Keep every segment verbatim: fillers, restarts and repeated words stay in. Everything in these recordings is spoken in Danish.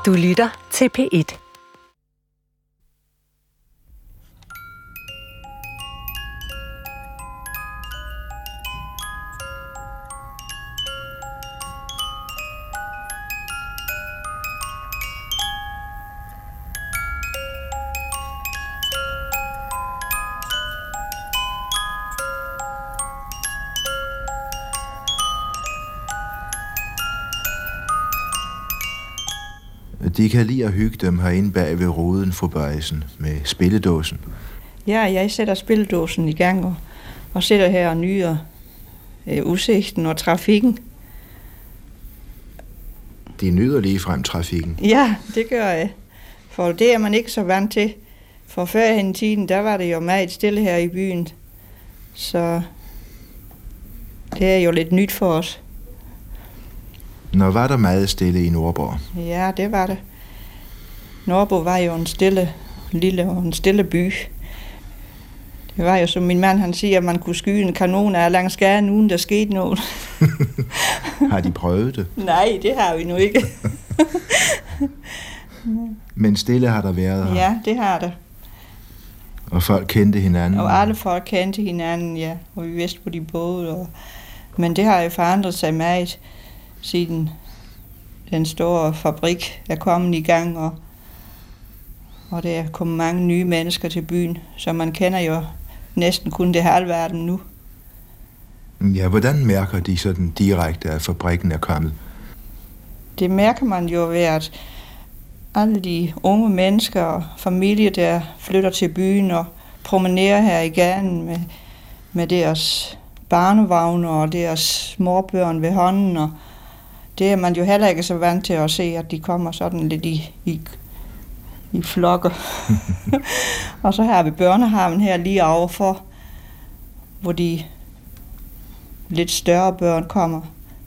Du lytter til P et. De kan lide at hygge dem herinde bag ved ruden, fru Bøjsen, med spilledåsen. Ja, jeg sætter spilledåsen i gang og, og sætter her og nyder øh, udsigten og trafikken. De nyder ligefrem trafikken. Ja, det gør jeg. For det er man ikke så vant til. For før hen i tiden, der var det jo meget stille her i byen. Så det er jo lidt nyt for os. Når var der meget stille i Nordborg? Ja, det var det. Nordborg var jo en stille, lille og en stille by. Det var jo, som min mand han siger, at man kunne skyde en kanon af langs gaden, uden der skete noget. Har de prøvet det? Nej, det har vi nu ikke. Men stille har der været her? Ja, det har det. Og folk kendte hinanden? Og alle folk kendte hinanden, ja. Og vi vidste, hvor de boede. Og... Men det har jo forandret sig meget, siden den store fabrik er kommet i gang, og, og der er kommet mange nye mennesker til byen, så man kender jo næsten kun det halve af dem nu. Ja, hvordan mærker de sådan direkte, at fabrikken er kommet? Det mærker man jo ved, at alle de unge mennesker og familier, der flytter til byen og promenerer her i gaden med, med deres barnevogne og deres småbørn ved hånden, og det er man jo heller ikke så vant til at se, at de kommer sådan lidt i, i, i flokker. Og så har vi børnehaven her lige overfor, hvor de lidt større børn kommer.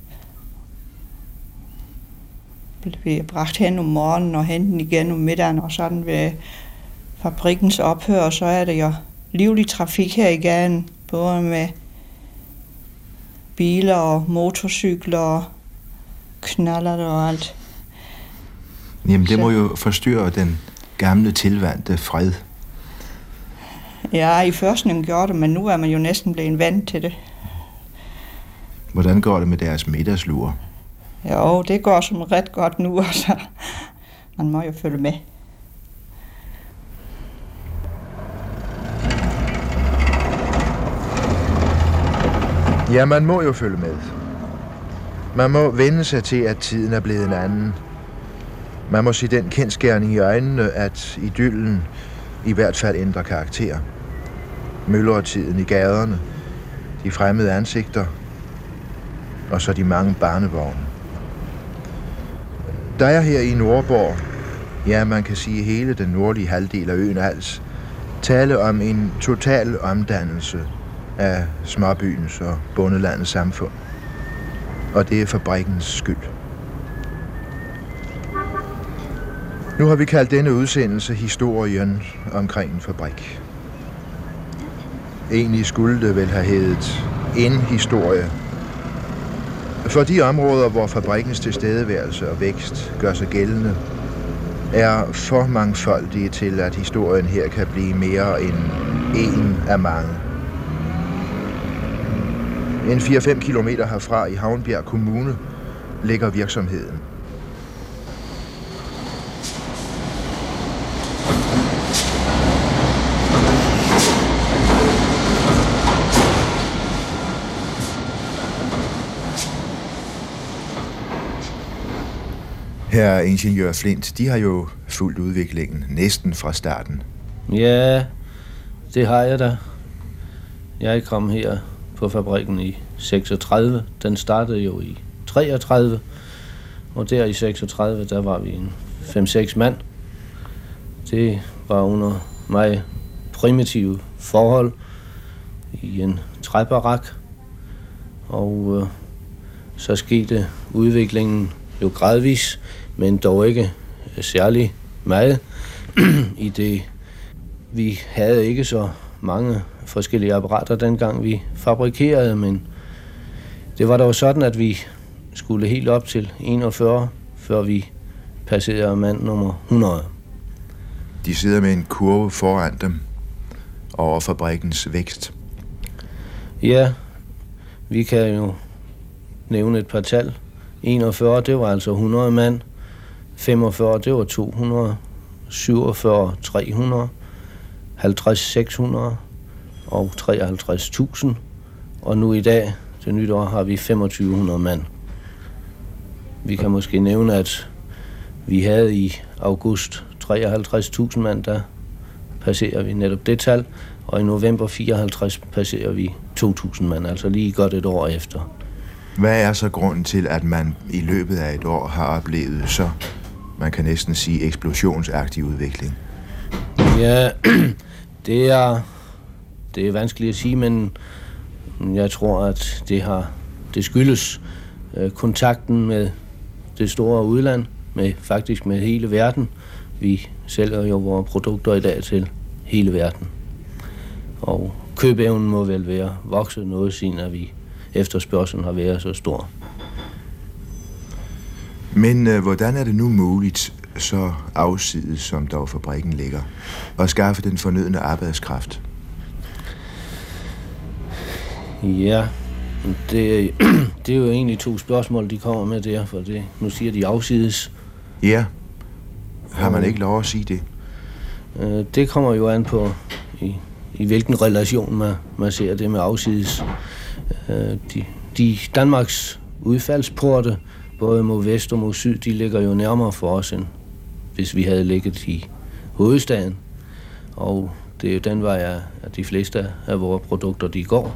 Bliver bragt hen om morgenen og henten igen om middagen, og sådan ved fabrikkens ophør, så er det jo livlig trafik her i gaden, både med biler og motorcykler og knaller og alt. Jamen, det må jo forstyrre den gamle tilvandte fred. Ja, i første gjorde det, men nu er man jo næsten blevet vant til det. Hvordan går det med deres middagslure? Jo, det går som ret godt nu, altså. Man må jo følge med. Ja, man må jo følge med. Man må vende sig til, at tiden er blevet en anden. Man må se den kendsgerning i øjnene, at idyllen i hvert fald ændrer karakter. Møllertiden i gaderne, de fremmede ansigter, og så de mange barnevogne. Der er her i Nordborg, ja, man kan sige hele den nordlige halvdel af øen Als, tale om en total omdannelse af småbyens og bondelandets samfund. Og det er fabrikkens skyld. Nu har vi kaldt denne udsendelse historien omkring en fabrik. Egentlig skulle det vel have heddet en historie. For de områder, hvor fabrikkens tilstedeværelse og vækst gør sig gældende, er for mangfoldige til, at historien her kan blive mere end en af mange. En fire til fem kilometer herfra i Havnbjerg Kommune ligger virksomheden. Herre ingeniør Flint, de har jo fulgt udviklingen næsten fra starten. Ja, det har jeg da. Jeg kom her på fabrikken i seksogtredive. Den startede jo i treogtredive, og der i seksogtredive, der var vi en fem seks mand. Det var under meget primitive forhold i en træbarak, og øh, så skete udviklingen jo gradvis, men dog ikke særlig meget, i det vi havde ikke så mange forskellige apparater dengang vi fabrikerede, men det var dog sådan, at vi skulle helt op til enogfyrre, før vi passerer mand nummer hundrede. De sidder med en kurve foran dem over fabrikkens vækst. Ja, vi kan jo nævne et par tal. enogfyrre, det var altså hundrede mand. femogfyrre, det var to hundrede. syvogfyrre, tre hundrede. halvtreds, seks hundrede. Og treoghalvtreds tusind. Og nu i dag, til nytår, har vi femogtyve hundrede mand. Vi kan måske nævne, at vi havde i august treoghalvtreds tusind mand, der passerer vi netop det tal. Og i november fireoghalvtreds passerer vi to tusind mand, altså lige godt et år efter. Hvad er så grunden til, at man i løbet af et år har oplevet så, man kan næsten sige, eksplosionsagtig udvikling? Ja, det er, det er vanskeligt at sige, men jeg tror, at det har det skyldes øh, kontakten med det store udland, med faktisk med hele verden. Vi sælger jo vores produkter i dag til hele verden. Og købeevnen må vel være vokset noget, siden at vi efterspørgselen har været så stor. Men øh, hvordan er det nu muligt, så afsides som dog fabrikken ligger, at skaffe den fornødne arbejdskraft? Ja, det, det er jo egentlig to spørgsmål, de kommer med der, for det, nu siger de afsides. Ja, har man ikke lov at sige det? Øh, det kommer jo an på, i, i hvilken relation man, man ser det med afsides. Øh, de, de Danmarks udfaldsporte, både mod vest og mod syd, de ligger jo nærmere for os, end hvis vi havde ligget i hovedstaden. Og det er jo den vej, at de fleste af vores produkter, de går.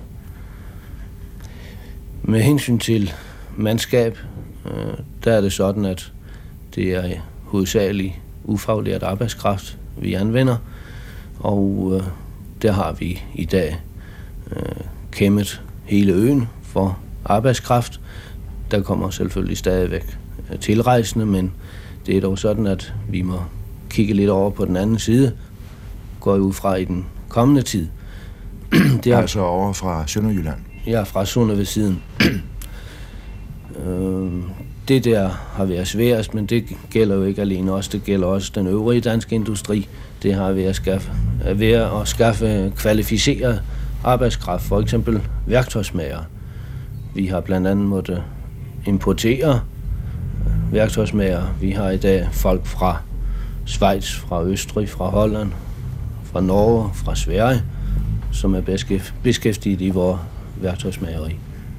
Med hensyn til mandskab, øh, der er det sådan, at det er hovedsageligt ufaglært arbejdskraft, vi anvender. Og øh, der har vi i dag øh, kæmmet hele øen for arbejdskraft. Der kommer selvfølgelig stadigvæk tilrejsende, men det er dog sådan, at vi må kigge lidt over på den anden side, går ud fra i den kommende tid. Det er altså over fra Sønderjylland? Ja, fra Sunde ved siden. Det der har været sværest, men det gælder jo ikke alene os, det gælder også den øvrige danske industri. Det har været at skaffe, været at skaffe kvalificeret arbejdskraft, for eksempel værktøjsmager. Vi har blandt andet måttet importere værktøjsmager. Vi har i dag folk fra Schweiz, fra Østrig, fra Holland, fra Norge, fra Sverige, som er beskæftiget i vores værktøjsmageri.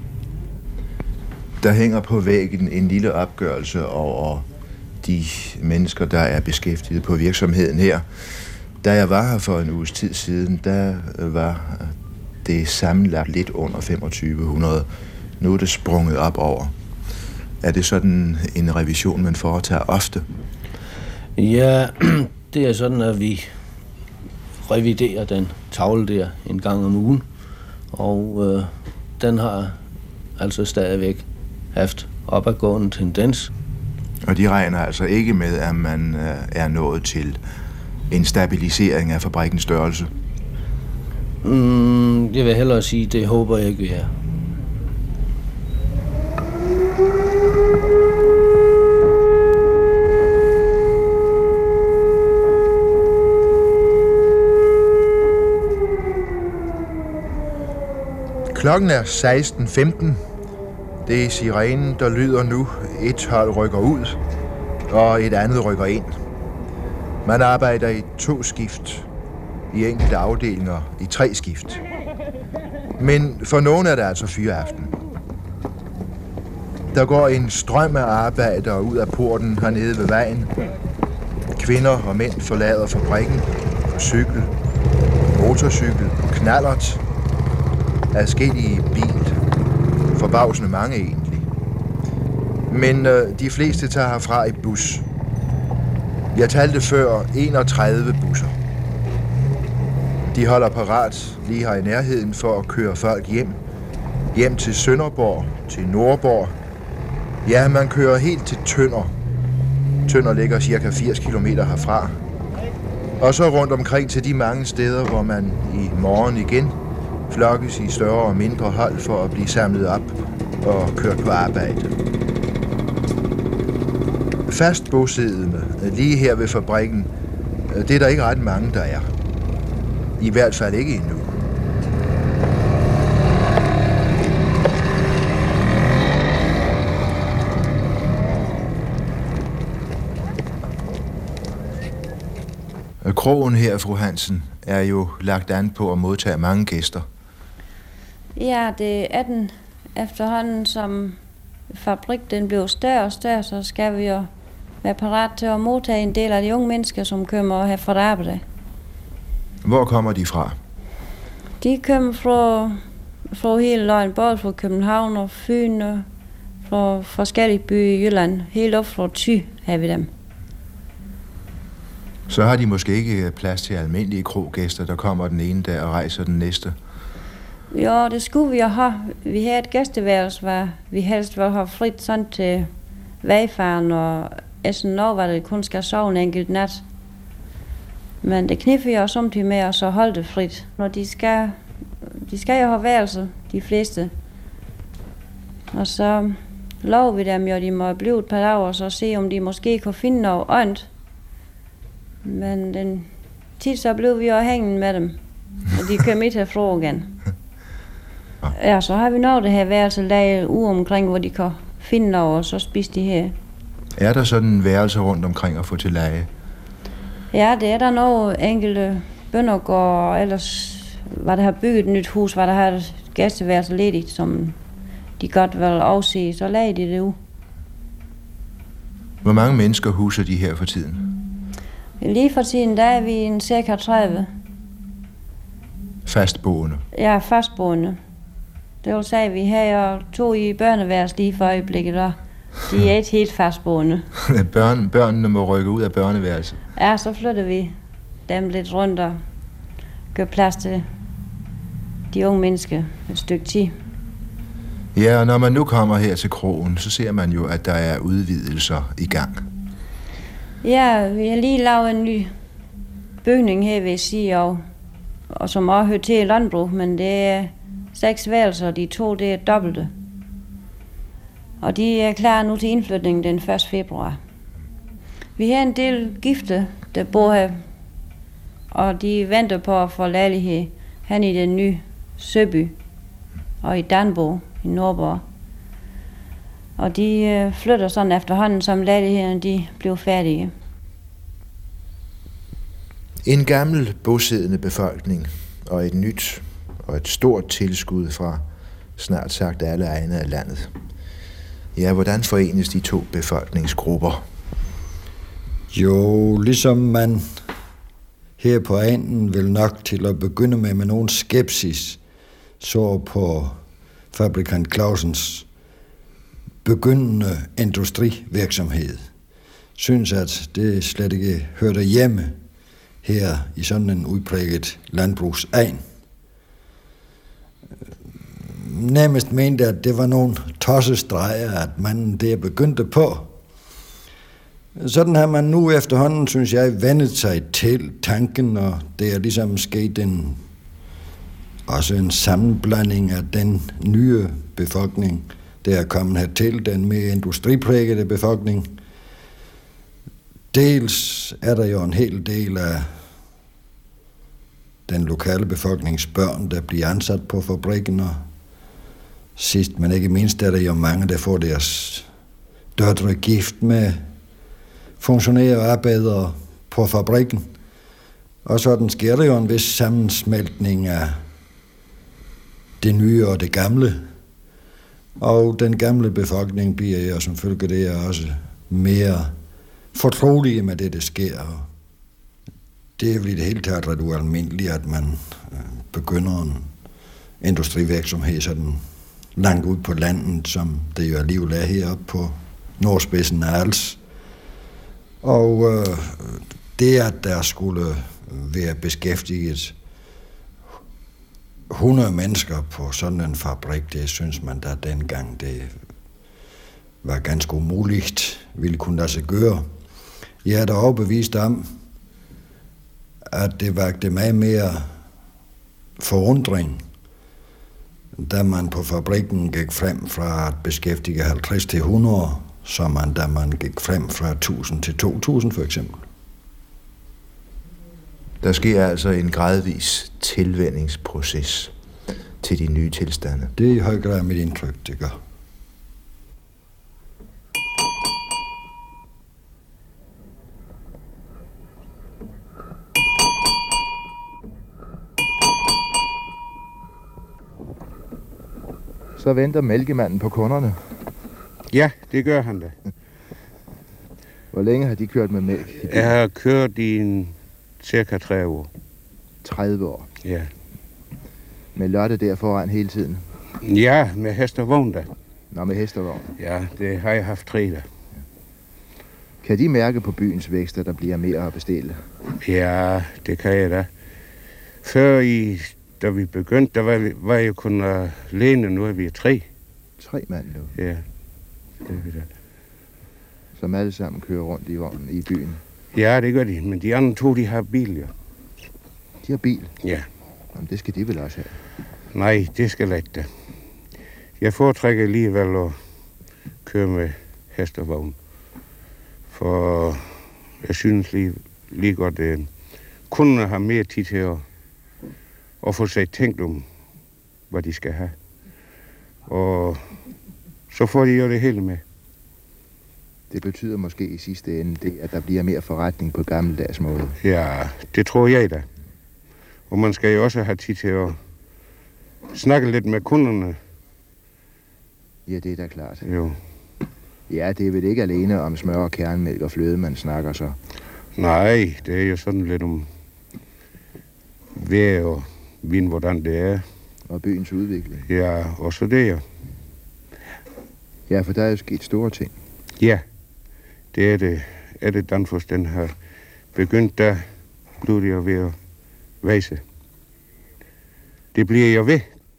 Der hænger på væggen en lille opgørelse over de mennesker, der er beskæftiget på virksomheden her. Da jeg var her for en uges tid siden, der var det sammenlagt lidt under femogtyve hundrede. Nu er det sprunget op over. Er det sådan en revision, man foretager ofte? Ja, det er sådan, at vi reviderer den tavle der en gang om ugen, og øh, den har altså stadigvæk haft opadgående tendens. Og de regner altså ikke med, at man øh, er nået til en stabilisering af fabrikkens størrelse? Mm, jeg vil hellere sige, det håber jeg ikke, vi er. Klokken er seksten femten. Det er sirenen, der lyder nu. Et hold rykker ud, og et andet rykker ind. Man arbejder i to skift, i enkelte afdelinger i tre skift. Men for nogen er det altså fyreaften. Der går en strøm af arbejdere ud af porten hernede ved vejen. Kvinder og mænd forlader fabrikken på cykel, motorcykel, knallert, adskillige bil. Forbavsende mange egentlig. Men øh, de fleste tager herfra i bus. Jeg talte før enogtredive busser. De holder parat lige her i nærheden for at køre folk hjem. Hjem til Sønderborg, til Nordborg. Ja, man kører helt til Tønder. Tønder ligger cirka firs kilometer herfra. Og så rundt omkring til de mange steder, hvor man i morgen igen flokkes i større og mindre hold for at blive samlet op og kørt på arbejde. Fast bosiddende lige her ved fabrikken, det er der ikke ret mange, der er. I hvert fald ikke endnu. Krogen her, fru Hansen, er jo lagt an på at modtage mange gæster. Ja, det er den efterhånden, som fabrik den bliver større og større, så skal vi jo være parat til at modtage en del af de unge mennesker, som kommer her fra arbejde. Hvor kommer de fra? De kommer fra, fra hele løgn, både fra København og Fyn og fra forskellige byer i Jylland. Helt op fra Thy har vi dem. Så har de måske ikke plads til almindelige krogæster, der kommer den ene dag og rejser den næste? Jo, det skulle vi jo have. Vi har et gæsteværelse, hvor vi helst vil have frit sådan til vejfaren, og sådan noget, hvor det kun skal sove en enkelt nat. Men det kniffer jo samtidig med at så holde det frit. Når de skal, de skal jo have værelse, de fleste. Og så lover vi dem jo, at de må blive et par dage, og så se, om de måske kan finde noget ånd. Men den tid så blev vi jo hængende med dem, og de kom ikke herfra igen. Ja, så har vi nået det her værelse lag ude omkring, hvor de kan finde noget, og så spise de her. Er der sådan en værelse rundt omkring at få til leje? Ja, det er der nogle enkelte bøndergård, og ellers var der har bygget et nyt hus, hvor der har et gæsteværelse ledigt, som de godt vil afse, så lagde de det ud. Hvor mange mennesker huser de her for tiden? Lige for tiden, der er vi en cirka tredive. Fastboende? Ja, fastboende. Det vil sige, at vi har jo to i børneværelse lige for øjeblikket, og de er ikke helt fastboende. Børn, børnene må rykke ud af børneværelset? Ja, så flytter vi dem lidt rundt og gør plads til de unge mennesker et stykke tid. Ja, og når man nu kommer her til krogen, så ser man jo, at der er udvidelser i gang. Ja, vi har lige lavet en ny bygning her, vil jeg sige, og, og som også hører til i landbrug, men det er seks værelser, og de to, det er dobbelte. Og de er klar nu til indflytning den første februar. Vi har en del gifte, der bor her, og de venter på at få lejlighed hen i den nye Søby og i Danbo i Nordborg. Og de flytter sådan efterhånden, som lejlighederne de bliver færdige. En gammel bosiddende befolkning og et nyt og et stort tilskud fra snart sagt alle egne af landet. Ja, hvordan forenes de to befolkningsgrupper? Jo, ligesom man her på egnen vil nok til at begynde med med nogen skepsis så på fabrikant Clausens begyndende industrivirksomhed. Synes, at det slet ikke hørte hjemme her i sådan en udpræget landbrugsegn. Nærmest mente, at det var nogle tossestreger, at man det begyndte på. Sådan har man nu efterhånden, synes jeg, vendet sig til tanken, og det er ligesom sket en, også en sammenblanding af den nye befolkning, der er kommet hertil, den mere industriprægede befolkning. Dels er der jo en hel del af den lokale befolknings børn, der bliver ansat på fabrikken, og sidst, men ikke mindst, er der jo mange, der får deres døtre gift med funktionære og arbejdere på fabrikken. Og sådan sker der jo en vis sammensmeltning af det nye og det gamle. Og den gamle befolkning bliver jo som følge det også mere fortrolige med det, der sker. Og det er jo i det hele taget ret ualmindeligt, at man begynder en industrivirksomhed sådan langt ud på landet, som det jo alligevel er heroppe på nordspidsen af Als. Og øh, det, at der skulle være beskæftiget hundrede mennesker på sådan en fabrik, det synes man da dengang, det var ganske umuligt, ville kunne lade sig gøre. Jeg er da overbevist om, at det vakte meget mere forundring, da man på fabrikken gik frem fra at beskæftige halvtreds til hundrede som man, da man gik frem fra tusind til to tusind for eksempel. Der sker altså en gradvis tilvændingsproces til de nye tilstande. Det er i høj grad mit indtryk, det gør. Så venter mælkemanden på kunderne. Ja, det gør han da. Hvor længe har de kørt med mælk? Jeg har kørt i en cirka tre år. tredive år. Ja. Med Lotte der foran hele tiden? Ja, med hest og vogn da. Nå, med hest og vogn. Ja, det har jeg haft tre da. Kan de mærke på byens vækst, at der bliver mere at bestille? Ja, det kan jeg da. Før i, da vi begyndte, der var, var jeg kun alene, nu er vi tre. Tre mand nu? Ja, det er vi da. Som alle sammen kører rundt i vognen i byen? Ja, det gør de, men de andre to, de har bil, ja. De har bil? Ja. Jamen, det skal de vel også have? Nej, det skal jeg ikke da. Jeg foretrækker alligevel at køre med hest og vogn. For jeg synes lige, lige godt, at kunderne har mere tid til at, at få sig tænkt om, hvad de skal have. Og så får de jo det hele med. Det betyder måske i sidste ende det, at der bliver mere forretning på gammeldags måde. Ja, det tror jeg da. Og man skal jo også have tid til at snakke lidt med kunderne. Ja, det er da klart. Jo. Ja, det er vel ikke alene om smør og kernmælk og fløde, man snakker så. Nej, det er jo sådan lidt om vejr og vind, hvordan det er. Og byens udvikling. Ja, og så det jo. Ja, for der er jo sket store ting. Ja, det er det. Er det Danfoss, den har begyndt, der blev det jo ved at væse. Det bliver jo ved.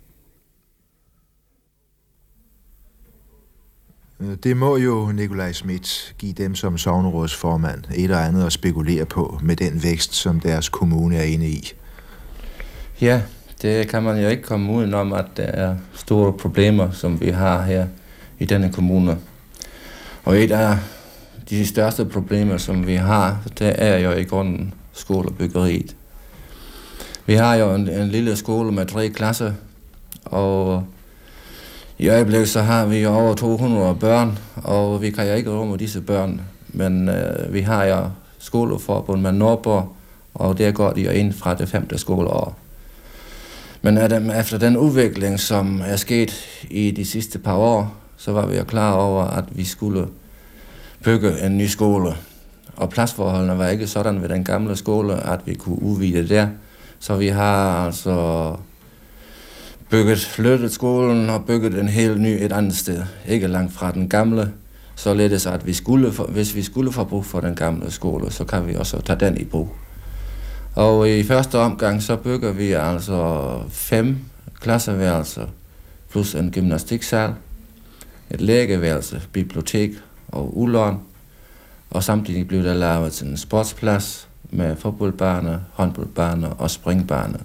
Det må jo Nikolaj Schmidt give dem som sognerådsformand et og andet at spekulere på med den vækst, som deres kommune er inde i. Ja, det kan man jo ikke komme udenom, at der er store problemer, som vi har her i denne kommune. Og et af de største problemer, som vi har, det er jo i grunden skolebyggeriet. Vi har jo en, en lille skole med tre klasser, og i øjeblikket så har vi jo over to hundrede børn, og vi kan jo ikke rumme disse børn, men øh, vi har jo skoleforbund med Nordborg, og der går de jo ind fra det femte skoleår. Men efter den udvikling, som er sket i de sidste par år, så var vi jo klar over, at vi skulle bygge en ny skole. Og pladsforholdene var ikke sådan ved den gamle skole, at vi kunne udvide der. Så vi har altså bygget, flyttet skolen og bygget en helt ny et andet sted. Ikke langt fra den gamle, således at vi skulle, hvis vi skulle få brug for den gamle skole, så kan vi også tage den i brug. Og i første omgang så bygger vi altså fem klasseværelser plus en gymnastiksal, et lægeværelse, bibliotek og udlån. Og samtidig blev der lavet en sportsplads med fodboldbane, håndboldbane og springbane.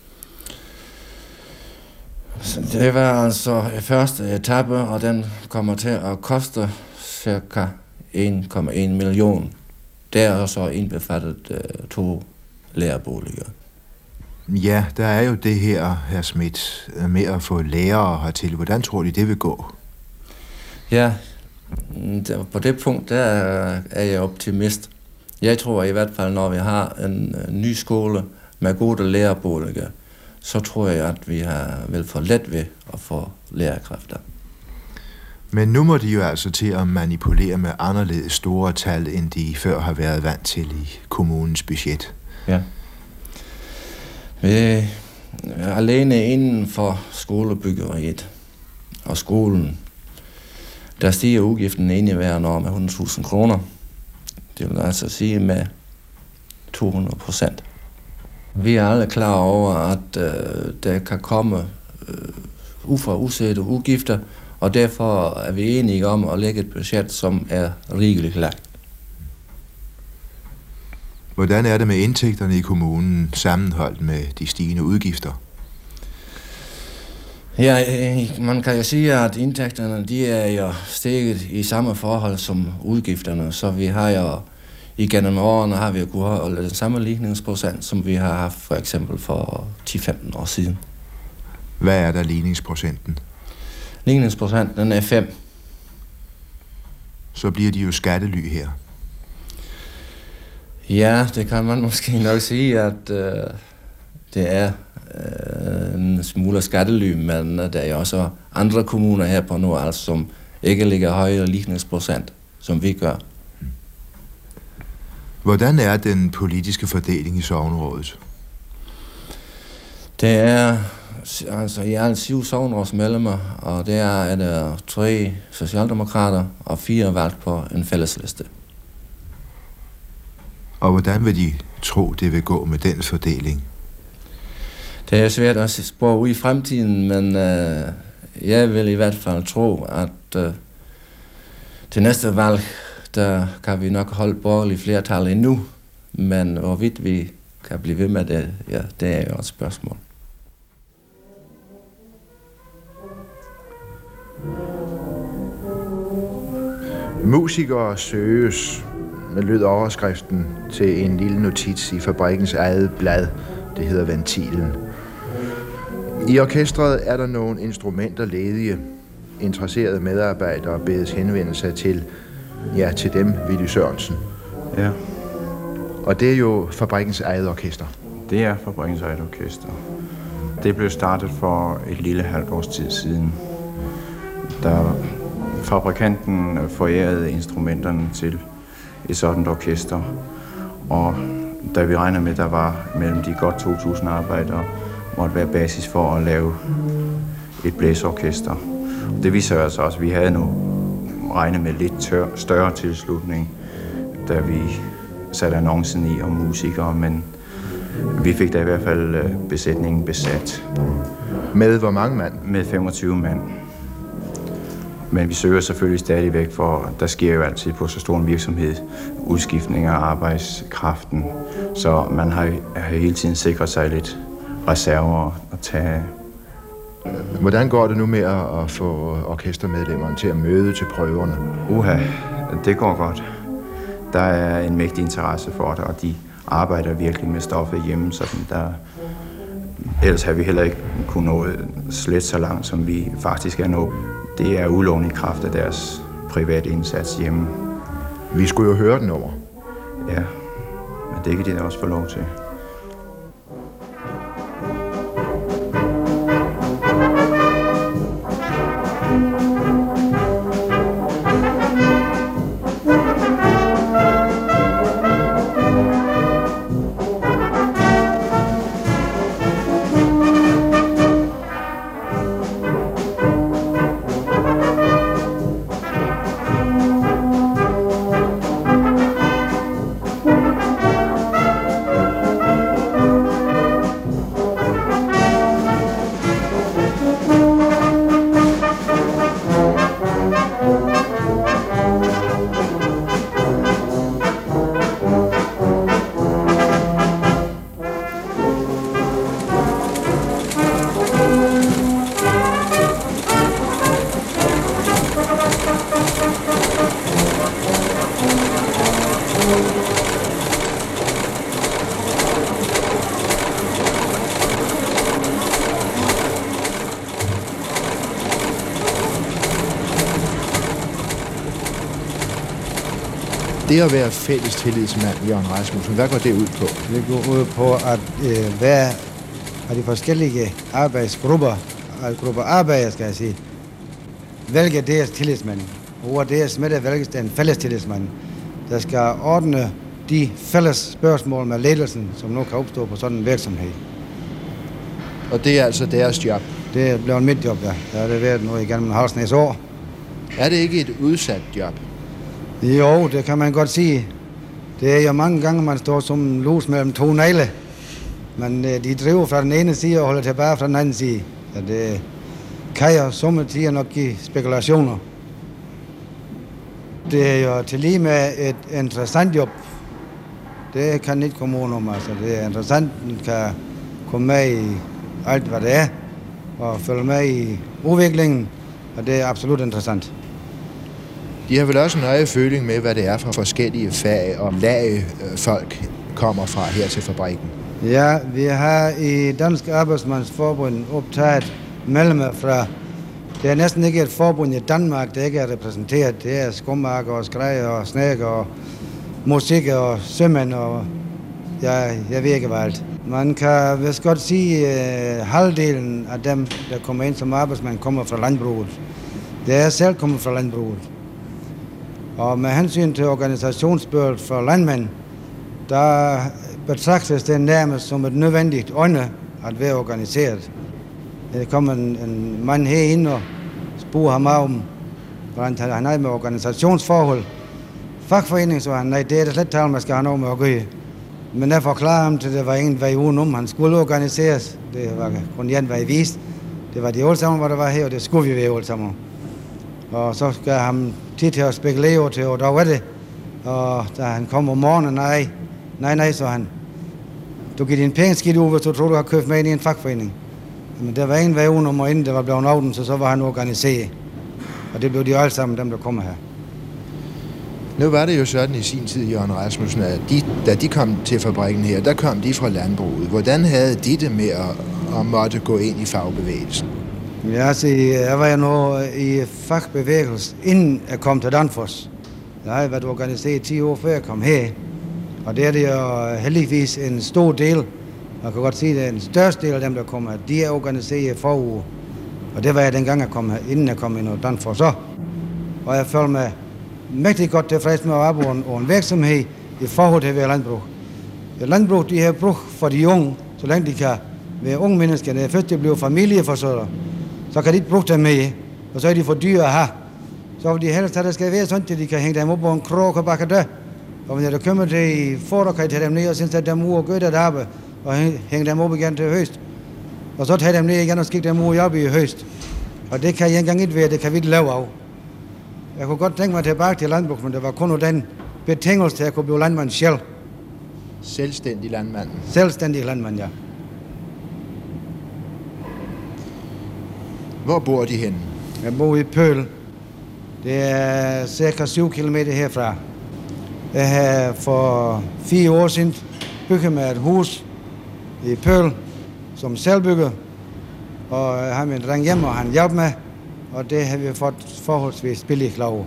Så det var altså første etape, og den kommer til at koste cirka en komma en million. Der er så indbefattet uh, to lærerboliger. Ja, der er jo det her, hr. Schmidt, med at få lærere hertil. Hvordan tror de, det vil gå? Ja, på det punkt, der er jeg optimist. Jeg tror i hvert fald, når vi har en ny skole med gode lærerboliger, så tror jeg, at vi har vel for let ved at få lærerkræfter. Men nu må de jo altså til at manipulere med anderledes store tal, end de før har været vant til i kommunens budget. Ja. Vi er alene inden for skolebyggeriet og skolen. Der stiger udgiften inde i hver år med hundrede tusind kroner. Det vil altså sige med to hundrede procent. Vi er alle klar over, at øh, der kan komme øh, uforudsete udgifter, og derfor er vi enige om at lægge et budget, som er rigeligt lagt. Hvordan er det med indtægterne i kommunen sammenholdt med de stigende udgifter? Ja, man kan jo sige, at indtægterne de er jo steget i samme forhold som udgifterne, så vi har jo igennem årene har vi jo kunnet holde den samme ligningsprocent, som vi har haft for eksempel for ti til femten år siden. Hvad er der ligningsprocenten? Ligningsprocenten er fem. Så bliver de jo skattely her. Ja, det kan man måske nok sige, at øh, det er øh, en smule skattely, men der er jo også andre kommuner her på Nordals, som ikke ligger højere ligningsprocent, som vi gør. Hvordan er den politiske fordeling i sognerådet? Det er altså i alt syv sognerådsmedlemmer, og der er der tre socialdemokrater og fire valgt på en fællesliste. Og hvordan vil de tro, det vil gå med den fordeling? Det er svært at spå ud i fremtiden, men øh, jeg vil i hvert fald tro, at øh, til næste valg, der kan vi nok holde borgerligt flertal endnu, men hvorvidt vi kan blive ved med det, ja, det er jo et spørgsmål. Musikere søges, lød overskriften til en lille notits i fabrikkens eget blad. Det hedder Ventilen. I orkestret er der nogle instrumenter ledige. Interesserede medarbejdere bedes henvende sig til, ja, til dem, Willy Sørensen. Ja. Og det er jo fabrikkens eget orkester. Det er fabrikkens eget orkester. Det blev startet for et lille halvt års tid siden. Der fabrikanten forærede instrumenterne til et sådan orkester. Og da vi regner med, at der var mellem de godt to tusind arbejdere, måtte være basis for at lave et blæsorkester. Det viser altså også, at vi havde nu regnet med lidt tør, større tilslutning, da vi satte annoncen i om musikere, men vi fik da i hvert fald besætningen besat. Med hvor mange mand? Med femogtyve mand. Men vi søger selvfølgelig stadigvæk, for der sker jo altid på så stor en virksomhed udskiftning af arbejdskraften, så man har, har hele tiden sikret sig lidt reserver at tage. Hvordan går det nu med at få orkestermedlemmerne til at møde til prøverne? Uha, det går godt. Der er en mægtig interesse for det, og de arbejder virkelig med stoffet hjemme, så der ellers har vi heller ikke kunnet nå slet så langt, som vi faktisk er nået. Det er udlån i kraft af deres private indsats hjemme. Vi skulle jo høre den over. Ja, men det kan de da også få lov til. Det at være fælles tillidsmand, Jørgen Rasmussen, hvad går det ud på? Det går ud på at øh, hver af de forskellige arbejdsgrupper, grupper arbejder, skal jeg sige, vælge deres tillidsmand. Over deres midte vælges den fælles tillidsmand, der skal ordne de fælles spørgsmål med ledelsen, som nu kan opstå på sådan en virksomhed. Og det er altså deres job? Det er blevet mit job, ja. Der har det været nu igennem en halvsnæs år. Er det ikke et udsat job? Jo, det kan man godt sige. Det er jo mange gange, man står som lus mellem to negle. Men de driver fra den ene side og holder tilbage fra den anden side. Så det kan jo sommetider nok give spekulationer. Det er jo til lige med et interessant job. Det kan ikke komme under om. Altså. Det er interessant, at man kan komme med i alt, hvad det er. og følge med i udviklingen, og det er absolut interessant. De har vel også en nøje føling med, hvad det er for forskellige fag og lag folk kommer fra her til fabrikken. Ja, vi har i Dansk Arbejdsmandsforbund optaget medlemmer fra. Det er næsten ikke et forbund i Danmark, der ikke er repræsenteret. Det er skummarker og skræger og snækker og musik og sømænd og ja, jeg ved ikke hvad alt. Man kan vist godt sige, at uh, halvdelen af dem, der kommer ind som arbejdsmand, kommer fra landbruget. Det er selv kommet fra landbruget. Og med hensyn til organisationsbyrdet for landmænd, der betragtes det nærmest som et nødvendigt ånde at være organiseret. Der kommer en, en mand herinde og spurgte ham om, hvordan han havde med organisationsforhold. Fagforening, så han, nej, det er det slet tale, man skal have noget med at gøre. Men jeg forklarede ham, at det var ingen vej udenom. Han skulle organiseres. Det var kun en vej vist. Det var de alle sammen, hvor der var her, og det skulle vi være alle sammen. Og så skal ham tid til at spekulere til, og der var det. Og da han kom om morgenen, nej, nej, nej, så han. Du giver din penge skidt ud, hvis du tror, du har købt med ind i en fagforening. Men der var ingen vej udenom, og inden det var blevet aften, så så var han organiseret. Og det blev de alle sammen, dem der kommer her. Nu var det jo sådan i sin tid, Jørgen Rasmussen, at de, da de kom til fabrikken her, der kom de fra landbruget. Hvordan havde de det med at, at måtte gå ind i fagbevægelsen? Ja, altså, jeg var jo nu i fagbevægelsen, inden jeg kom til Danfoss. Jeg har været organiseret ti år før jeg kom her. Og det er det jo heldigvis en stor del. Man kan godt sige, at den største del af dem, der kommer, de er organiseret forud. Og det var jeg dengang, jeg kom her, inden jeg kom ind i Danfoss. Så. Og jeg følte mig mægtig godt tilfreds med at arbejde på en virksomhed i forhold til at være landbrug. Landbrug, de har brug for de unge, så længe de kan være unge mennesker. Når først de bliver familieforsørgere, så kan de ikke bruge dem med, og så er de for dyre at have. Så vil de helst have, at det skal være sådan, at de kan hænge dem op på en krog og bakke dø. Og når de kommer til foder, kan de tage dem ned og sætte dem ud og gøre det arbejde, og hænge dem op igen til høst. Og så tage dem ned igen og skikke dem ud i op i høst. Og det kan jeg engang ikke være, det kan vi ikke lave af. Jeg kunne godt tænke mig tilbage til landbrug, men det var kun den betingelse til at kunne blive landmand selv. Selvstændig landmand? Selvstændig landmand, ja. Hvor bor de henne? Jeg bor i Pøl. Det er cirka syv kilometer herfra. Jeg har for fire år siden bygget med et hus i Pøl som selvbygger. Og jeg har min dreng hjemme, og han hjælper mig. Og det har vi fået forholdsvis billigt lov.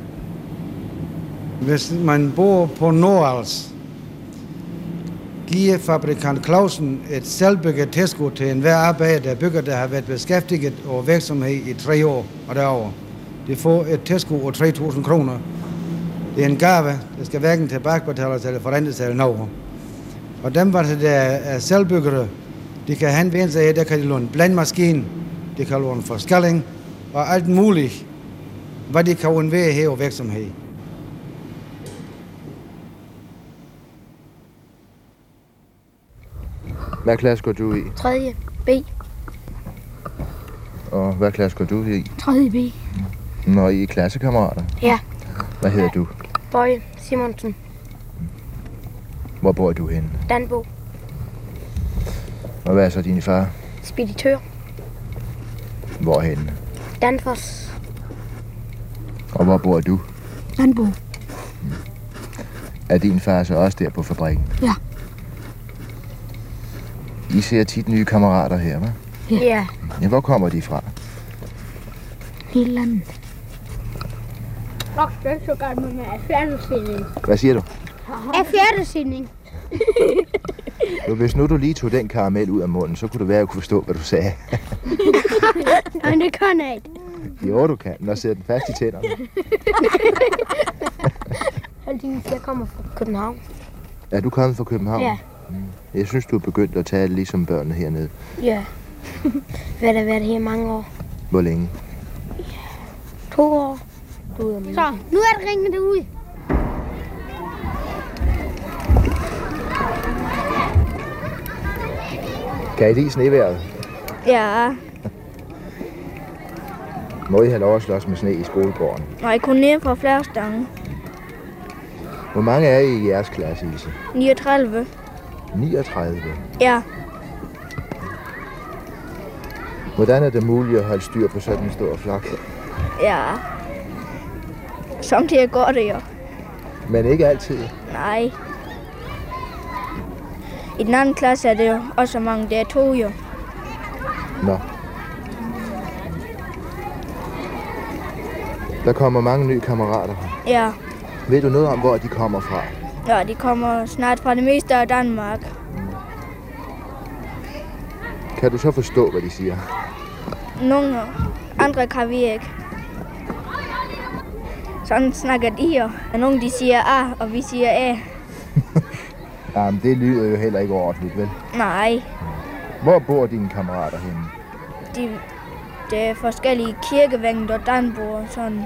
Hvis man bor på Nordals, giver fabrikant Clausen et selvbygget tilskud til enhver arbejder, der bygger, der har været beskæftiget og virksomhed i tre år og derover. De får et tilskud på tre tusind kroner. Det er en gave, der skal hverken tilbagebetales eller forrentes eller noget. Og dem, der er selvbyggere, de kan henvende sig, der kan de låne blandmaskine, de kan låne forskalling, og alt muligt, hvad de kan undvære her i virksomhed. Hvad klasse går du i? tredje B. Og hvad klasse går du i? tredje B. Når I er klassekammerater? Ja. Hvad hedder du? Bøje Simonsen. Hvor bor du henne? Danbo. Og hvad er så din far? Speditør. Hvorhenne? Danfoss. Og hvor bor du? Danbo. Er din far så også der på fabrikken? Ja. I ser tit nye kammerater her, hva'? Ja. Ja, hvor kommer de fra? Hele landet. Nok det så godt med mig fjernesending. Hvad siger du? Af fjernesending. Jo, hvis nu du lige tog den karamel ud af munden, så kunne det være, at jeg kunne forstå, hvad du sagde. Nej, det kan jeg ikke. Jo, du kan. Nå, sidder den fast i tænderne. Jeg kommer fra København. Er du kommet fra København? Ja. Jeg synes, du er begyndt at tale ligesom børnene hernede. Ja. Vi har da været her i mange år. Hvor længe? To år. Så, nu er det ringet derude. Kan I lide snevejret? Ja. Må I have lov at slås med sne i skolegården? Nej, kun ned fra flagstangen. Hvor mange er I i jeres klasse, Ise? niogtredive. niogtredive? Ja. Hvordan er det muligt at holde styr på sådan en stor flok? Ja. Samtidig går det jo. Men ikke altid? Nej. I den anden klasse er det jo også mange, der er to jo. Nå. Der kommer mange nye kammerater her. Ja. Ved du noget om, hvor de kommer fra? Ja, de kommer snart fra det meste af Danmark. Kan du så forstå, hvad de siger? Nogle andre kan vi ikke. Sådan snakker de jo. Nogle de siger A, og vi siger A. Jamen, det lyder jo heller ikke ordentligt, vel? Nej. Hvor bor dine kammerater henne? De, det er forskellige kirkevægter, der bor sådan.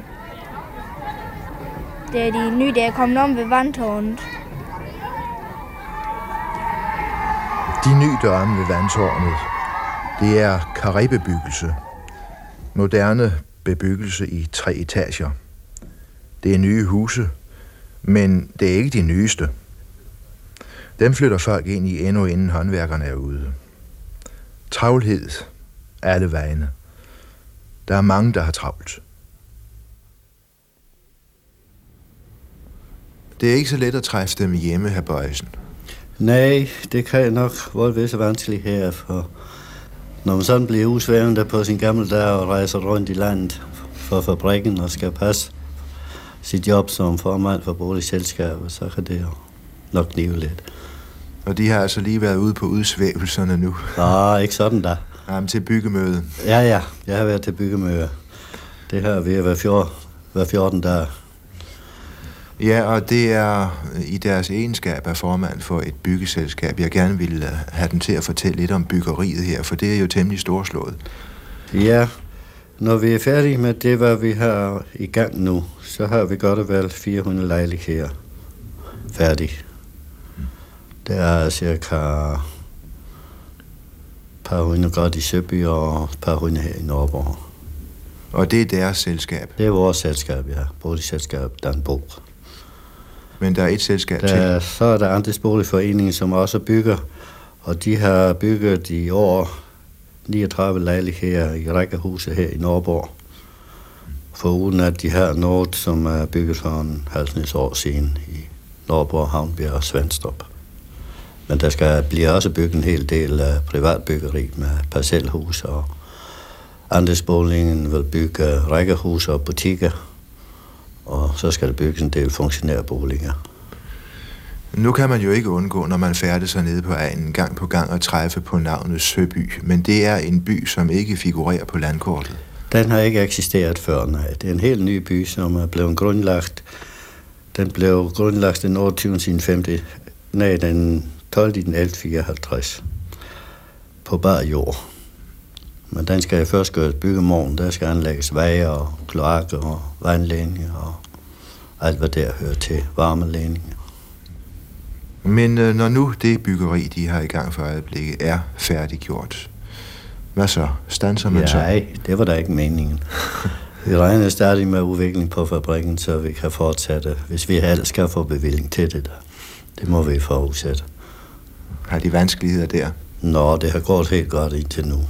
Det er de nye, der er kommet om ved vandtårnet. De nye, der er om ved vandtårnet, det er karrébebyggelse. Moderne bebyggelse i tre etager. Det er nye huse, men det er ikke de nyeste. Dem flytter folk ind i endnu inden håndværkerne er ude. Travlhed alle vegne. Der er mange, der har travlt. Det er ikke så let at træffe dem hjemme, hr. Bøjsen. Nej, det kan jeg nok være visse vanskeligt her, for når man sådan bliver usvævende på sin gamle dag og rejser rundt i landet for fabrikken og skal passe sit job som formand for boligselskabet, så kan det jo nok knive lidt. Og de har altså lige været ude på udsvævelserne nu? Nej, ikke sådan da. Jamen til byggemøde? Ja, ja. Jeg har været til byggemøde. Det her ved at være fjorten, hver fjorten dage. Ja, og det er i deres egenskab af formand for et byggeselskab. Jeg gerne vil have dem til at fortælle lidt om byggeriet her, for det er jo temmelig storslået. Ja, når vi er færdige med det, hvad vi har i gang nu, så har vi godt og vel fire hundrede lejligheder færdige. Der er cirka et par hundrede godt i Søby og et par hundrede her i Nordborg. Og det er deres selskab? Det er vores selskab, ja. Boligselskab Danbo. Men der er et selskab der, til? Så er der Andelsboligforeningen, som også bygger, og de har bygget i år niogtredive lejligheder i rækkehuse her i Nordborg. Foruden at de har noget, som er bygget for en halvsnits år siden i Nordborg, Havnbjerg og Svendstrup. Men der skal blive også bygget en hel del af privatbyggeri med parcelhus, og Andelsboligen vil bygge rækkehuse og butikker, og så skal der bygges en del funktionærboliger. Nu kan man jo ikke undgå, når man færdes sig nede på egnen gang på gang og træffe på navnet Søby, men det er en by, som ikke figurerer på landkortet. Den har ikke eksisteret før, nej. Det er en helt ny by, som er blevet grundlagt. Den blev grundlagt den otteogtyvende sin femte Nej, den tolvte den ellevte fireoghalvtreds på bar jord. Men den skal først gøres byggemorgen. Der skal anlægges veje og kloakker og vandledninger og alt, hvad der hører til, varmeledninger. Men øh, når nu det byggeri, de har i gang for øjeblikket, er færdiggjort, hvad så? Standser man ja, så? Nej, det var da ikke meningen. Vi regner stadig med udvikling på fabrikken, så vi kan fortsætte, hvis vi ellers skal få bevilling til det. Det må vi forudsætte. Har de vanskeligheder der? Nå, det har gået helt godt indtil nu.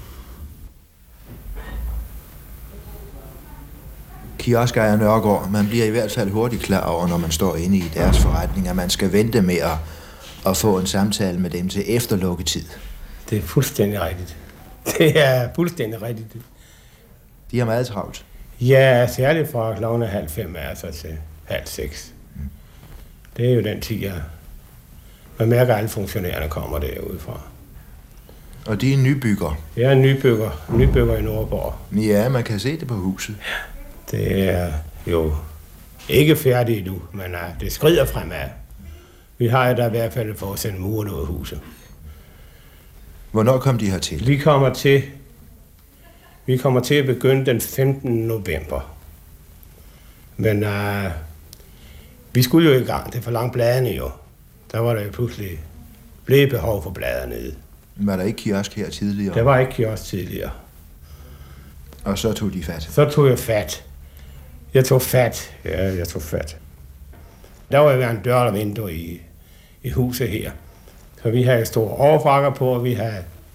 Kioskejer Nørgaard, man bliver i hvert fald hurtigt klar over, når man står inde i deres forretning, at man skal vente med at, at få en samtale med dem til efter lukketid. Det er fuldstændig rigtigt. Det er fuldstændig rigtigt. De har meget travlt. Ja, særligt fra klokken halv fem er så til halv seks. Mm. Det er jo den tid, jeg... Man mærker, at alle funktionærerne kommer derudefra. Og de er nybygger? Jeg er nybygger. Nybygger i Nordborg. Ja, man kan se det på huset. Ja, det er jo ikke færdigt endnu, men uh, det skrider fremad. Vi har jo da i hvert fald for at sende murene ud af huset. Hvornår kom de hertil? Vi kommer til... Vi kommer til at begynde den femtende november. Men uh, vi skulle jo i gang. Det er for langt bladene jo. Der var der jo pludselig blevet behov for blader nede. Var der ikke kiosk her tidligere? Der var ikke kiosk tidligere. Og så tog de fat? Så tog jeg fat. Jeg tog fat. Ja, jeg tog fat. Der var jo en dør og vindue i, i huset her. Så vi havde store overfrakker på, og vi havde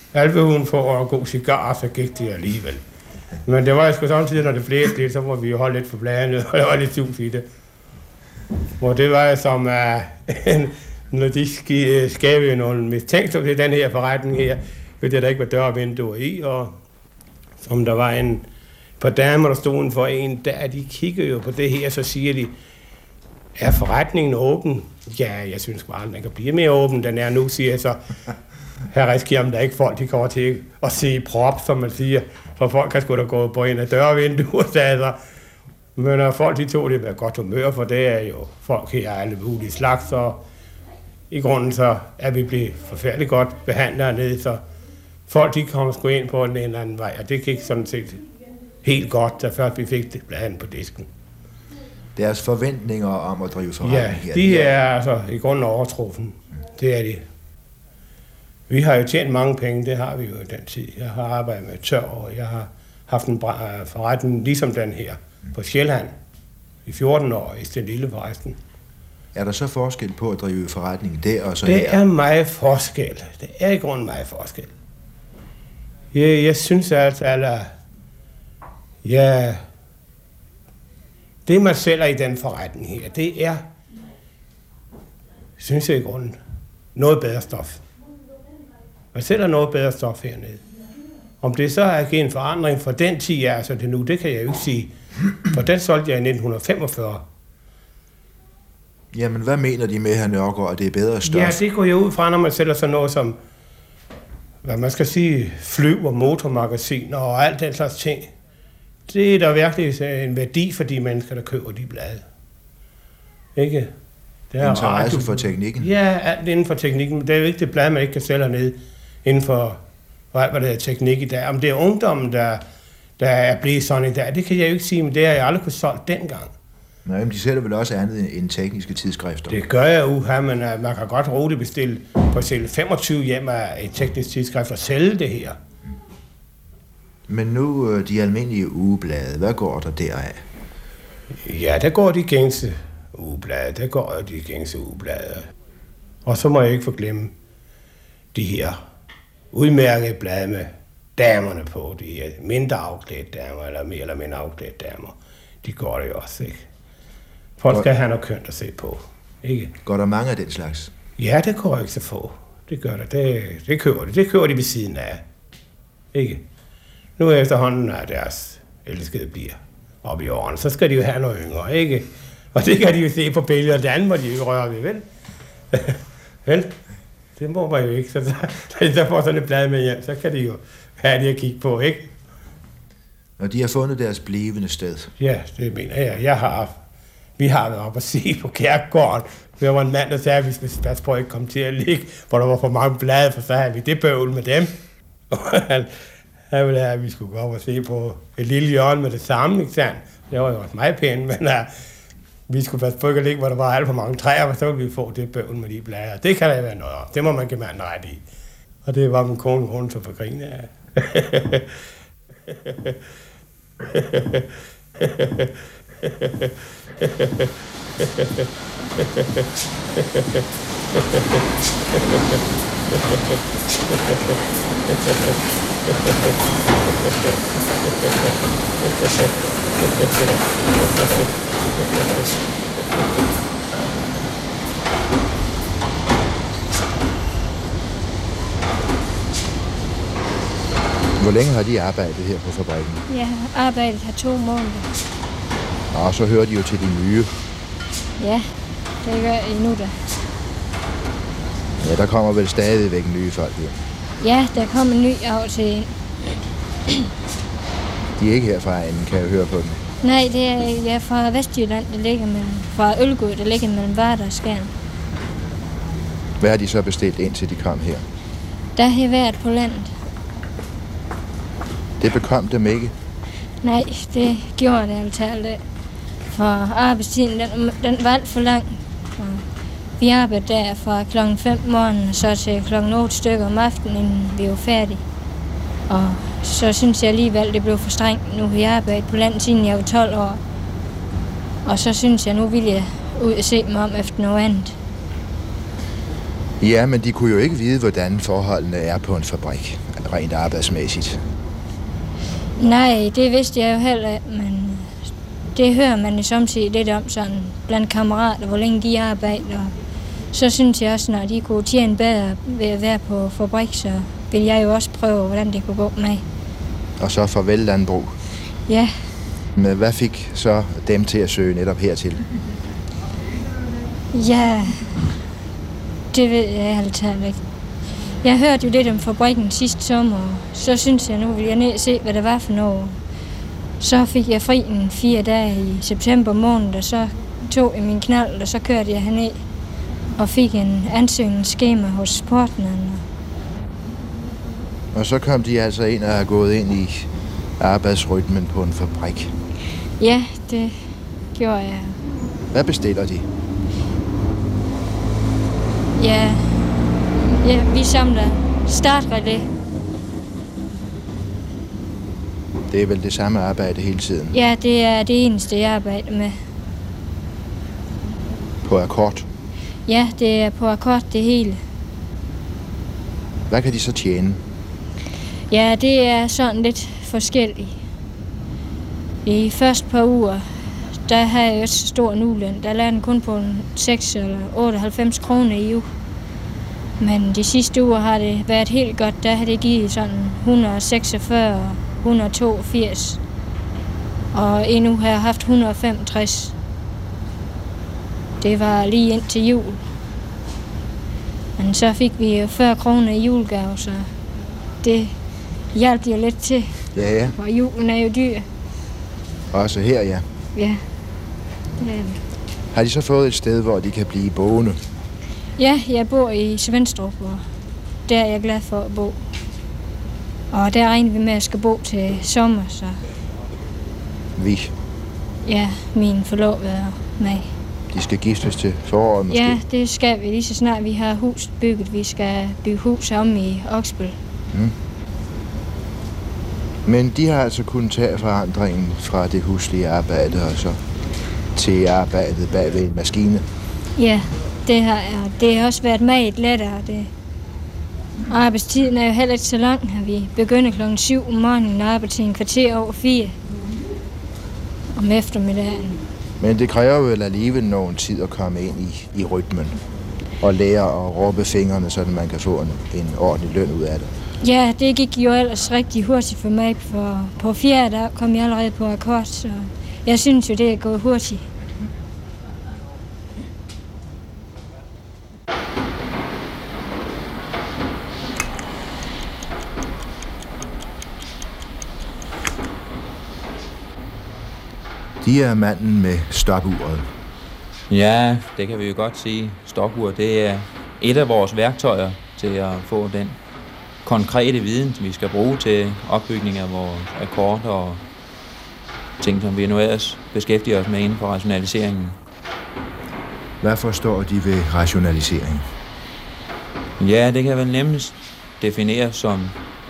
alvehuden for at gå cigar, så gik det alligevel. Men det var jo sgu samtidig, når det blæste lidt, så må vi jo holde lidt for bladene, og der var lidt sus i det. Hvor det var som, uh, når de skabte nogle mistænksom til den her forretning her, ved det der ikke var dør og vinduer i, og som der var en par damer, der stod for en, der de kiggede jo på det her, så siger de, er forretningen åben? Ja, jeg synes bare, at den kan blive mere åben, den er nu, siger jeg så. Her risikerer man da ikke folk, de kommer til at se prop, som man siger, for folk kan sgu da gå på en af dør og vinduer, så men når folk de tog det med godt humør, for det er jo folk her alle mulige slags, og i grunden så er vi blevet forfærdeligt godt behandlet hernede, så folk de kom sgu ind på en eller anden vej, og det gik sådan set helt godt, da først vi fik det bladen på disken. Deres forventninger om at drive forretning her? Ja, de er altså i grunden overtruffen. Det er de. Vi har jo tjent mange penge, det har vi jo i den tid. Jeg har arbejdet med tør, og jeg har haft en forretning ligesom den her på Sjælland i fjorten år, i Stenlille forresten. Er der så forskel på at drive forretning der og så det her? Det er meget forskel. Det er i grunden meget forskel. Jeg, jeg synes altså, at ja, det man sælger i den forretning her, det er, synes jeg i grunden, noget bedre stof. Man sælger noget bedre stof hernede. Om det så er en forandring fra den tid, altså det nu, det kan jeg jo ikke sige. For den solgte jeg i nitten femogfyrre. Jamen, hvad mener de med, herr Nørgaard, at det er bedre stof? Ja, det går jo ud fra, når man sælger sådan noget som, hvad man skal sige, flyv- og motormagasiner og alt den slags ting. Det er der virkelig en værdi for de mennesker, der køber de blade. Ikke? Det er interesse radio for teknikken? Ja, alt inden for teknikken. Det er jo ikke det blad, man ikke kan sælge ned inden for, hvad det er, teknik i dag. Om det er ungdommen, der, der er blevet sådan i dag, det kan jeg jo ikke sige, men det har jeg aldrig kunne solgt dengang. Nej, men de sælger vel også andet end tekniske tidsskrifter? Det gør jeg jo her, men man kan godt roligt bestille på sælge femogtyve hjem af et teknisk tidsskrift og sælge det her. Men nu de almindelige ugeblade, hvad går der deraf? Ja, der går de gængse ugeblade, der går de gængse ugeblade. Og så må jeg ikke forglemme de her udmærkede blade med damerne på, de her mindre afklædte damer, eller mere eller mindre afklædte damer. De går det jo også, ikke? Folk skal have noget kønt at se på, ikke? Går der mange af den slags? Ja, det går ikke så få. Det gør der. Det, det køber de. Det køber de ved siden af. Ikke? Nu efterhånden er deres elskede bliver oppe i årene, så skal de jo have noget yngre, ikke? Og det kan de jo se på billeder, det andet må de jo røre ved, vel? Vel? Det må man jo ikke, så der, der får sådan et blad med hjem, så kan de jo have det at kigge på, ikke? Og de har fundet deres blivende sted? Ja, det mener jeg. Jeg har, vi har været oppe at se på Kærgården. Der var en mand, der sagde, at vi skulle passe på at ikke komme til at ligge, hvor der var for mange blade, for så havde vi det bøvl med dem. Han, han ville have, at vi skulle gå op og se på et lille hjørne med det samme, ikke sandt? Det var jo også meget pænt, men uh, vi skulle passe på ikke at ligge, hvor der var alt for mange træer, og så ville vi få det bøvl med de blade. Det kan der være noget om. Det må man give manden ret i. Og det var min kone rundt for grine af. Hvor længe har de arbejdet her på fabrikken? Jeg har arbejdet her to måneder. Og så hører de jo til de nye. Ja, det gør jeg endnu da. Ja, der kommer vel stadigvæk nye folk her. Ja, der kommer en ny af til. De er ikke her fra enden, kan jeg høre på dem. Nej, det er jeg er fra Vestjylland, der ligger mellem, fra Ølgod, der ligger mellem Varder og Skjern. Hvad har de så bestilt indtil de kom her? Der har jeg været på landet. Det bekom dem ikke? Nej, det gjorde det altså aldrig. For arbejdstiden, den, den var alt for lang. Og vi arbejdede der fra klokken fem om morgenen, så til klokken otte stykker om aftenen, inden vi var færdige. Og så synes jeg alligevel, det blev for strengt. Nu har jeg arbejdet på landet, siden jeg var tolv år. Og så synes jeg, nu vil jeg ud og se mig om efter noget andet. Ja, men de kunne jo ikke vide, hvordan forholdene er på en fabrik. rent arbejdsmæssigt? Nej, det vidste jeg jo heller ikke, men det hører man jo samtidig lidt om sådan blandt kammerater, hvor længe de arbejder. Så synes jeg også, når de kunne tjene bedre ved at være på fabrik, så vil jeg jo også prøve, hvordan det kunne gå med. Og så farvel landbrug. Ja. Men hvad fik så dem til at søge netop hertil? Ja, det ved jeg altid ikke. Jeg hørte jo lidt om fabrikken sidste sommer, og så synes jeg, nu vil jeg ned og se, hvad det var for noget. Så fik jeg fri en fire dage i september måned, og så tog jeg min knald, og så kørte jeg herned og fik en ansøgningsskema hos partneren. Og så kom de altså ind og er gået ind i arbejdsrytmen på en fabrik. Ja, det gjorde jeg. Hvad bestiller de? Ja, ja vi samler startrelæ. Det er vel det samme arbejde hele tiden? Ja, det er det eneste, jeg arbejder med. På akkord? Ja, det er på akkord det hele. Hvad kan de så tjene? Ja, det er sådan lidt forskelligt. I første par uger, der har jeg også stor en ugeløn. Der lader den kun på seks eller otteoghalvfems kroner i uge. Men de sidste uger har det været helt godt. Der har det givet sådan et hundrede og seksogfyrre og et hundrede og toogfirs. Og endnu har jeg haft et hundrede og femogtres. Det var lige ind til jul. Men så fik vi jo fyrre kroner i julegave, så det hjalp jo lidt til. Ja, ja. For julen er jo dyr. Også her, ja. Ja, det er det. Har de så fået et sted, hvor de kan blive boende? Ja, jeg bor i Svenstrup, og der er jeg glad for at bo. Og der regner vi med, at jeg skal bo til sommer, så Vi? ja, min forlovede og mig. De skal giftes til foråret måske? Ja, det skal vi lige så snart vi har hus bygget. Vi skal bygge hus om i Oksbøl. Mm. Men de har altså kunnet tage forandringen fra det huslige arbejde og så til arbejdet bag ved en maskine? Ja, det har jeg. Det har også været meget lettere. Det. Arbejdstiden er jo heller ikke så lang. Vi begynder klokken syv om morgenen og arbejder til en kvarter over fire om eftermiddagen. Men det kræver vel alligevel nogen tid at komme ind i, i rytmen og lære at råbe fingrene, så man kan få en, en ordentlig løn ud af det. Ja, det gik jo ellers rigtig hurtigt for mig. For på fjerde dag kom jeg allerede på akkord, så jeg synes jo, det er gået hurtigt. De er manden med stopuret. Ja, det kan vi jo godt sige. Stopur, det er et af vores værktøjer til at få den konkrete viden, som vi skal bruge til opbygning af vores akkorder og ting, som vi nu ellers beskæftiger os med inden for rationaliseringen. Hvad forstår de ved rationalisering? Ja, det kan vel nemmest defineres som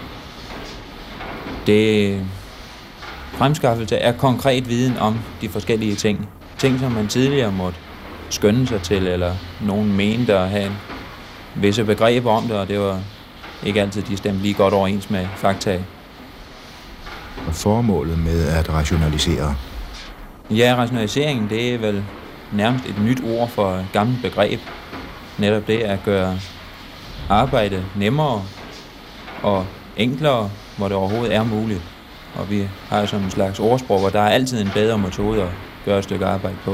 det fremskaffelse af konkret viden om de forskellige ting. Ting, som man tidligere måtte skønne sig til, eller nogen mente at have visse begreber om det, og det var ikke altid, de stemte lige godt overens med fakta. Og formålet med at rationalisere? Ja, rationaliseringen, det er vel nærmest et nyt ord for et gammelt begreb. Netop det at gøre arbejde nemmere og enklere, hvor det overhovedet er muligt. Og vi har sådan en slags ordsprog, hvor der er altid en bedre metode at gøre et stykke arbejde på.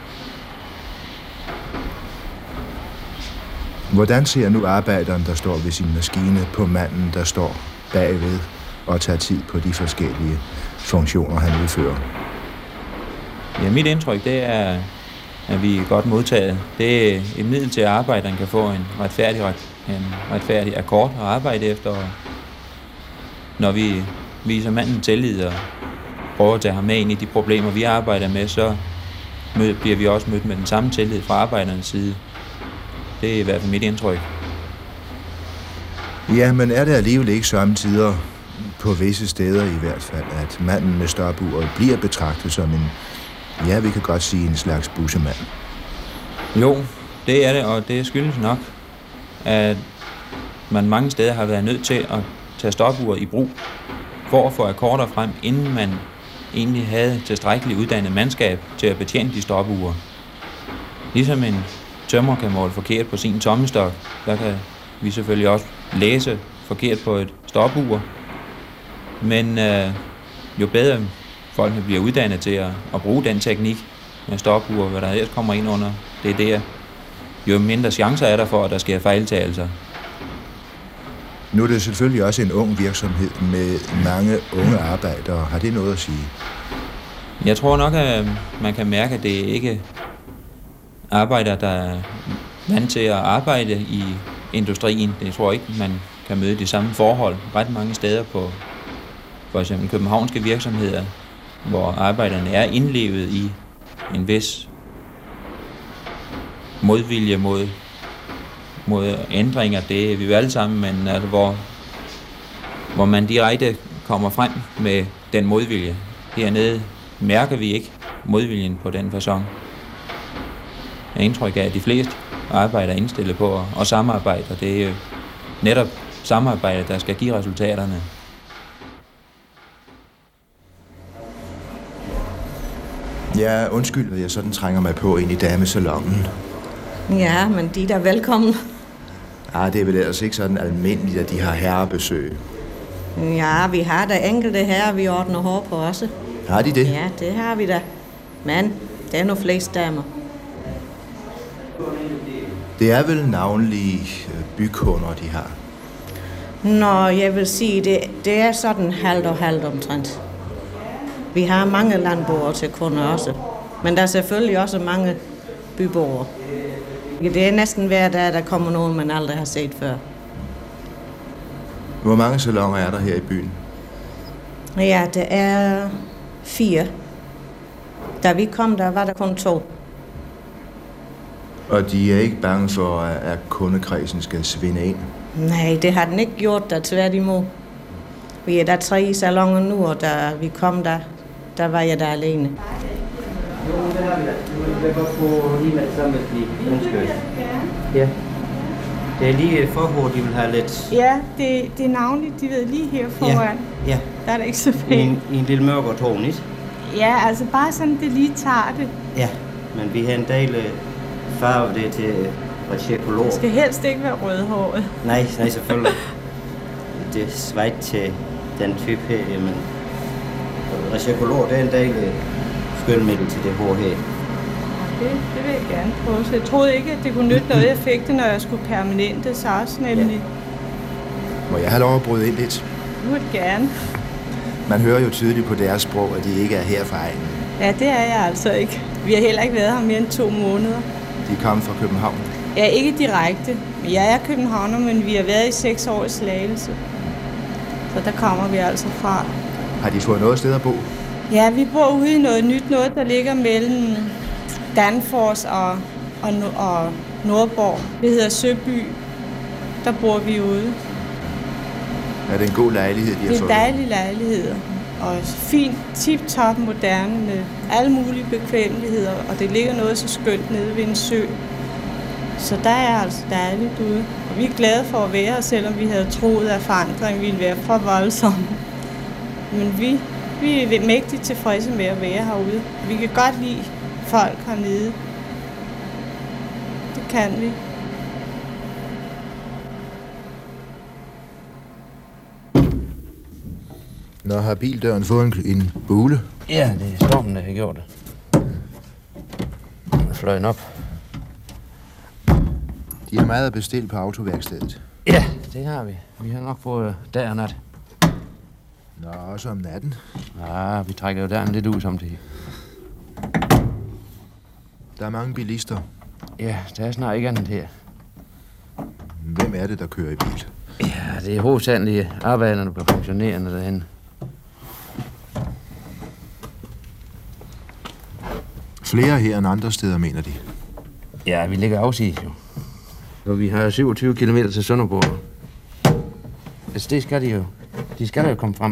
Hvordan ser nu arbejderen, der står ved sin maskine, på manden, der står bagved og tager tid på de forskellige funktioner, han udfører? Ja, mit indtryk, det er, at vi er godt modtaget. Det er et middel til, at arbejderen kan få en retfærdig, en retfærdig akkord at arbejde efter. Og når vi viser manden tillid og prøver at tage ham med ind i de problemer, vi arbejder med, så bliver vi også mødt med den samme tillid fra arbejdernes side. Det er i hvert fald mit indtryk. Ja, men er det alligevel ikke samtidig på visse steder i hvert fald, at manden med stopuret bliver betragtet som en, ja, vi kan godt sige en slags bussemand? Jo, det er det, og det skyldes nok, at man mange steder har været nødt til at tage stopuret i brug for at få akkorder frem, inden man egentlig havde tilstrækkeligt uddannet mandskab til at betjene de stopure. Ligesom en tømrer kan måle forkert på sin tommestok, der kan vi selvfølgelig også læse forkert på et stopur. Men øh, jo bedre folkene bliver uddannet til at, at bruge den teknik med stopure, hvad der ellers kommer ind under det er der, jo mindre chancer er der for, at der sker fejltagelser. Nu er det selvfølgelig også en ung virksomhed med mange unge arbejdere. Har det noget at sige? Jeg tror nok, at man kan mærke, at det ikke arbejdere, der er vant til at arbejde i industrien. Det tror jeg ikke, man kan møde de samme forhold ret mange steder på for eksempel københavnske virksomheder, hvor arbejderne er indlevet i en vis modvilje mod, mod ændringer. Det er vi jo alle sammen, men altså, hvor, hvor man direkte kommer frem med den modvilje. Hernede mærker vi ikke modviljen på den facon. Jeg indtryk af, at de fleste arbejder indstillet på at, at samarbejde, og det er jo netop samarbejde, der skal give resultaterne. Ja, undskyld, at jeg sådan trænger mig på ind i damesalongen. Ja, men de er da velkommen. Ah, det er vel ellers ikke sådan almindeligt, at de har herrebesøg. Ja, vi har da enkelte herrer, vi ordner hår på også. Har de det? Ja, det har vi da. Men det er nu flest damer. Det er vel navnlig bykunder, de har. Nå, jeg vil sige, det, det er sådan halvt og halvt omtrent. Vi har mange landboere til kunder også. Men der er selvfølgelig også mange byboere. Det er næsten hver dag, der kommer nogen, man aldrig har set før. Hvor mange salonger er der her i byen? Ja, det er fire. Da vi kom, der var der kun to. Og de er ikke bange for, at kundekredsen skal svinde ind? Nej, det har den ikke gjort, der tværtimod. Vi er der tre i salonger nu, og da vi kom der, der var jeg der alene. Jo, det har vi da. Jeg kan godt få lige med det samme, hvis de ønsker. Ja. Det er lige for, hvor de vil have lidt... Ja, det, det er navnligt, de ved lige her foran. Ja, ja. Der er det ikke så I pænt. en, i en lille mørkere tone, ikke? Ja, altså bare sådan, det lige tager det. Ja, men vi har en del farve det til rechekolor. Det skal helst ikke være rødhåret. Nej, nej, selvfølgelig. Det er svejt til den type her, jamen... Rechekolor, det er en del skønmiddel til det hår her. Det, det vil jeg gerne prøve. Så jeg troede ikke, at det kunne nytte noget, jeg fik det, når jeg skulle permanente så også nemlig. Ja. Må jeg have lov at bryde ind lidt? Du vil gerne. Man hører jo tydeligt på deres sprog, at de ikke er her fra egnen. Ja, det er jeg altså ikke. Vi har heller ikke været her mere end to måneder. De er kommet fra København? Ja, ikke direkte. Jeg er københavner, men vi har været i seks år i Slagelse. Så der kommer vi altså fra. Har de fået noget sted at bo? Ja, vi bor ude i noget nyt, noget der ligger mellem Danfors og, og, og Nordborg. Det hedder Søby. Der bor vi ude. Er det en god lejlighed, de har fået? Det er en dejlig lejlighed. Og fint, tip-top, moderne med alle mulige bekvemmeligheder. Og det ligger noget så skønt nede ved en sø. Så der er altså dejligt ude. Og vi er glade for at være her, selvom vi havde troet, at forandringen ville være for voldsom. Men vi, vi er mægtigt tilfredse med at være herude. Vi kan godt lide folk hernede. Det kan vi. Nå, har bildøren fået en, en bule? Ja, det er stormen, der har gjort det. Den er fløjen op. De har meget at bestille på autoværkstedet. Ja, det har vi. Vi har nok fået dag og nat. Nå, også om natten. Ja, vi trækker jo dagen lidt ud samtidig. Der er mange bilister. Ja, der er snart ikke andet her. Hvem er det, der kører i bil? Ja, det er hovedsageligt arbejderne på funktionerende derhen. Flere her end andre steder, mener de. Ja, vi ligger afsides jo. Så vi har syvogtyve kilometer til Sønderborg. Altså, det skal de jo. De skal jo komme frem.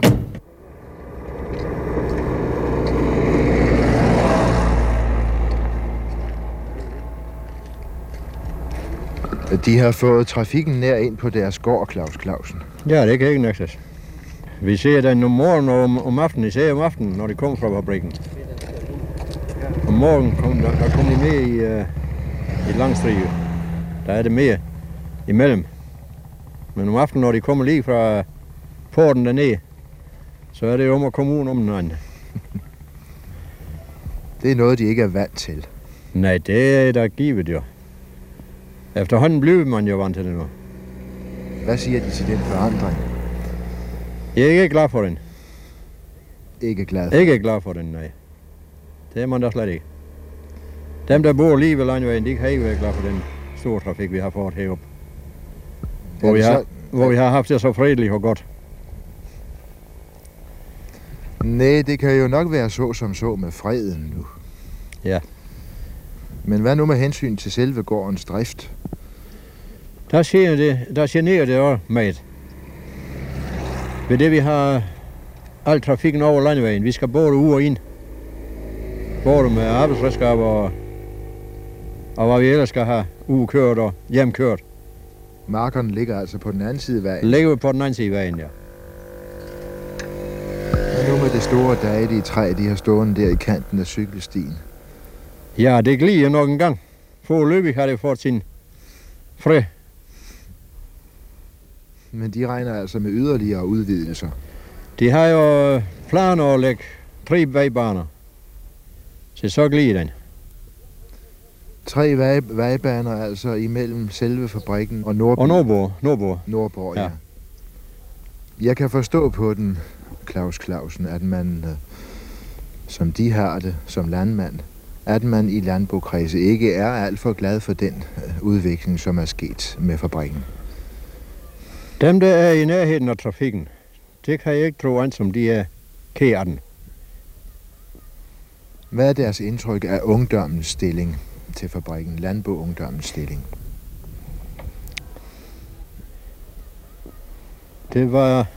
De har fået trafikken nær ind på deres gård, Claus Clausen. Ja, det kan ikke nægtes. Vi ser den om morgenen og om, om aftenen, især om aftenen, når de kommer fra fabrikken. Om morgenen kom der, der kom de med i, uh, i langstrive. Der er det mere imellem. Men om aftenen, når de kommer lige fra porten dernede, så er det om at komme ud om den anden. Det er noget, de ikke er vant til. Nej, det er der givet jo. Efterhånden bliver man jo vant til det nu. Hvad siger de til den forandring? Jeg er ikke glad for den. Ikke glad for Ikke glad for den, nej. Det er man da slet ikke. Dem, der bor lige ved Landvejen, de kan ikke være glad for den store trafik, vi har fået heroppe. Hvor, vi har, hvor vi har haft det så fredeligt og godt. Nej, det kan jo nok være så som så med freden nu. Ja. Men hvad nu med hensyn til selve gårdens drift? Der generer det, der generer det også meget. Ved det, vi har al trafikken over Landvejen. Vi skal både ud og ind. Både med arbejdsredskaber og, og hvad vi ellers skal have ukørt og hjemkørt. Markerne ligger altså på den anden side af vejen? Ligger på den anden side af vejen, ja. Og nu med det store dejlige træ, de har stående der i kanten af cykelstien. Ja, det glider nok en gang. Foreløbig har det fået sin fred. Men de regner altså med yderligere udvidelser. De har jo planer at lægge tre vejbaner. Så så glider den. Tre vej, vejbaner altså imellem selve fabrikken og Nordborg. Og Nordborg. Nordborg, Nordborg, ja. ja. Jeg kan forstå på den, Claus Clausen, at man, som de har det som landmand, at man i landbrugskredse ikke er alt for glad for den udvikling, som er sket med fabrikken. Dem, der er i nærheden af trafikken, det kan jeg ikke tro andet, som de er ked af den. Hvad er deres indtryk af ungdommens stilling til fabrikken, landboungdommens stilling? Det var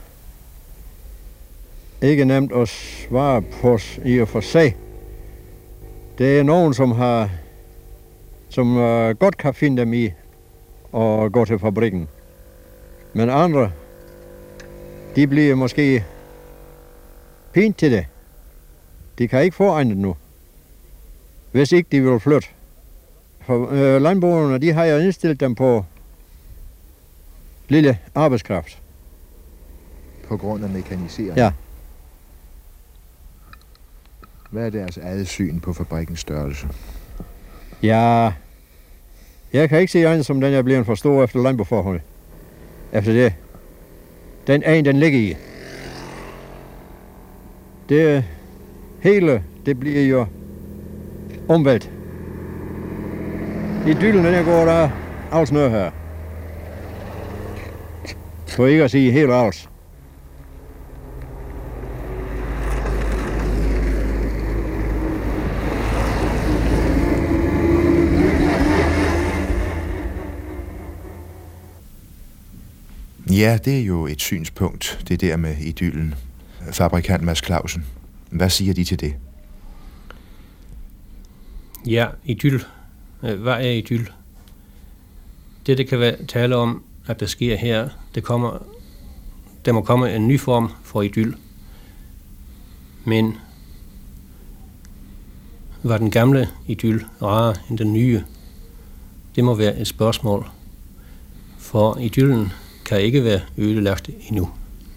ikke nemt at svare på i og for sig. Det er nogen, som har, som uh, godt kan finde dem i og gå til fabrikken. Men andre, de bliver måske pint til det. De kan ikke få andet nu, hvis ikke de vil flytte. For øh, landbrugerne, de har jo indstillet dem på lille arbejdskraft. På grund af mekanisering? Ja. Hvad er deres eget syn på fabrikkens størrelse? Ja, jeg kan ikke se andet, som den er blevet for stor efter landbrugforhold. Efter det. Den egen, den ligger i. Det hele, det bliver jo omvælt. I dylden, den går der alt snø her. For ikke at sige helt alt. Ja, det er jo et synspunkt, det der med idyllen. Fabrikant Mads Clausen. Hvad siger de til det? Ja, idyll. Hvad er idyll? Det, det kan være tale om, at der sker her, det kommer, der må komme en ny form for idyll. Men var den gamle idyll rarere end den nye? Det må være et spørgsmål. For idyllen kan ikke være ødelagt endnu.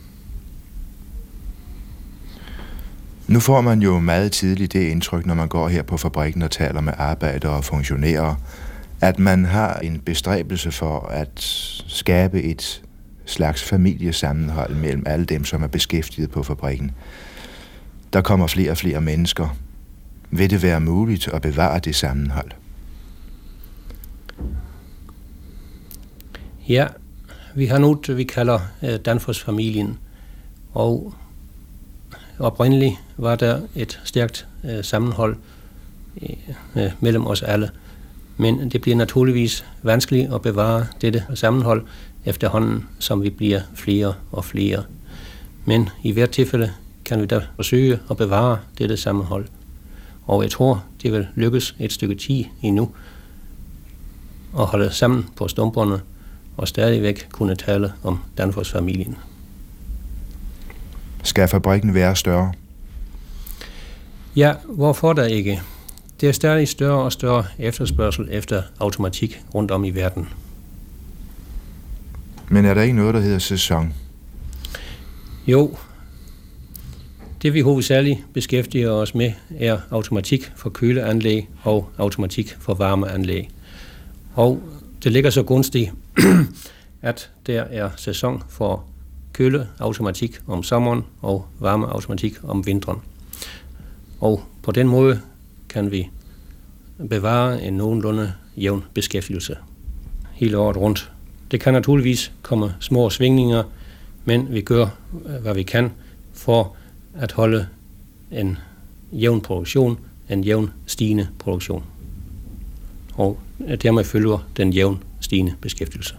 Nu får man jo meget tidligt det indtryk, når man går her på fabrikken og taler med arbejdere og funktionærer, at man har en bestræbelse for at skabe et slags familiesammenhold mellem alle dem, som er beskæftiget på fabrikken. Der kommer flere og flere mennesker. Vil det være muligt at bevare det sammenhold? Ja, vi har noget, vi kalder Danfoss-familien, og oprindeligt var der et stærkt øh, sammenhold øh, mellem os alle. Men det bliver naturligvis vanskeligt at bevare dette sammenhold efterhånden, som vi bliver flere og flere. Men i hvert tilfælde kan vi da forsøge at bevare dette sammenhold. Og jeg tror, det vil lykkes et stykke tid endnu. at holde sammen på stumperne og stadigvæk kunne tale om Danfoss-familien. Skal fabrikken være større? Ja, hvorfor da ikke? Det er stadig større og større efterspørgsel efter automatik rundt om i verden. Men er der ikke noget, der hedder sæson? Jo. Det vi hovedsageligt beskæftiger os med er automatik for køleanlæg og automatik for varmeanlæg. Og det ligger så gunstigt, at der er sæson for køleautomatik om sommeren og varmeautomatik om vinteren. Og på den måde kan vi bevare en nogenlunde jævn beskæftigelse hele året rundt. Det kan naturligvis komme små svingninger, men vi gør, hvad vi kan for at holde en jævn produktion, en jævn stigende produktion. Og dermed følger den jævn stigende beskæftigelse.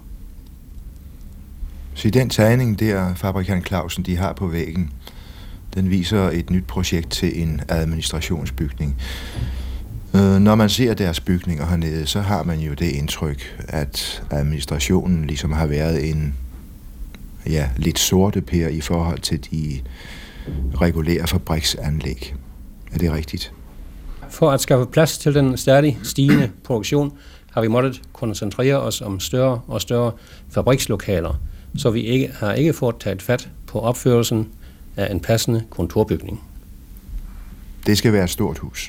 Så den tegning der, fabrikant Clausen, de har på væggen, den viser et nyt projekt til en administrationsbygning. Når man ser deres bygninger hernede, så har man jo det indtryk, at administrationen ligesom har været en ja, lidt sorte pær i forhold til de regulære fabriksanlæg. Er det rigtigt? For at skaffe plads til den stadig stigende produktion, har vi måttet koncentrere os om større og større fabrikslokaler, så vi ikke, har ikke fået taget fat på opførelsen af en passende kontorbygning. Det skal være et stort hus.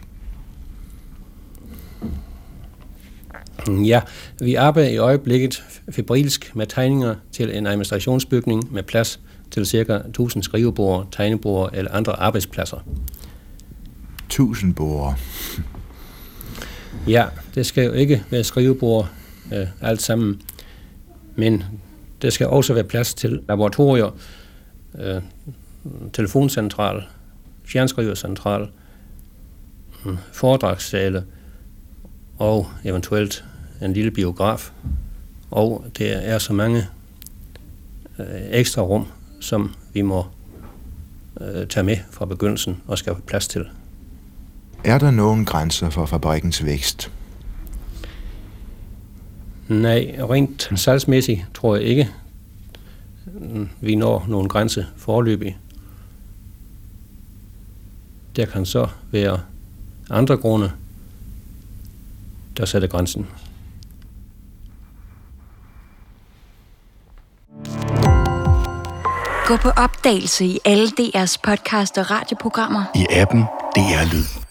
Ja, vi arbejder i øjeblikket febrilsk med tegninger til en administrationsbygning med plads til ca. tusind skriveborde, tegneborde eller andre arbejdspladser. tusind borde? Ja, det skal jo ikke være skrivebord øh, alt sammen, men der skal også være plads til laboratorier, øh, telefoncentral, fjernskrivercentral, øh, foredragssale og eventuelt en lille biograf. Og der er så mange øh, ekstra rum, som vi må øh, tage med fra begyndelsen og skaffe plads til. Er der nogen grænser for fabrikkens vækst? Nej, rent salgsmæssigt tror jeg ikke, vi når nogen grænse foreløbig. Der kan så være andre grunde, der sætter grænsen. Gå på opdagelse i alle D R's podcast og radioprogrammer. I appen D R Lyd.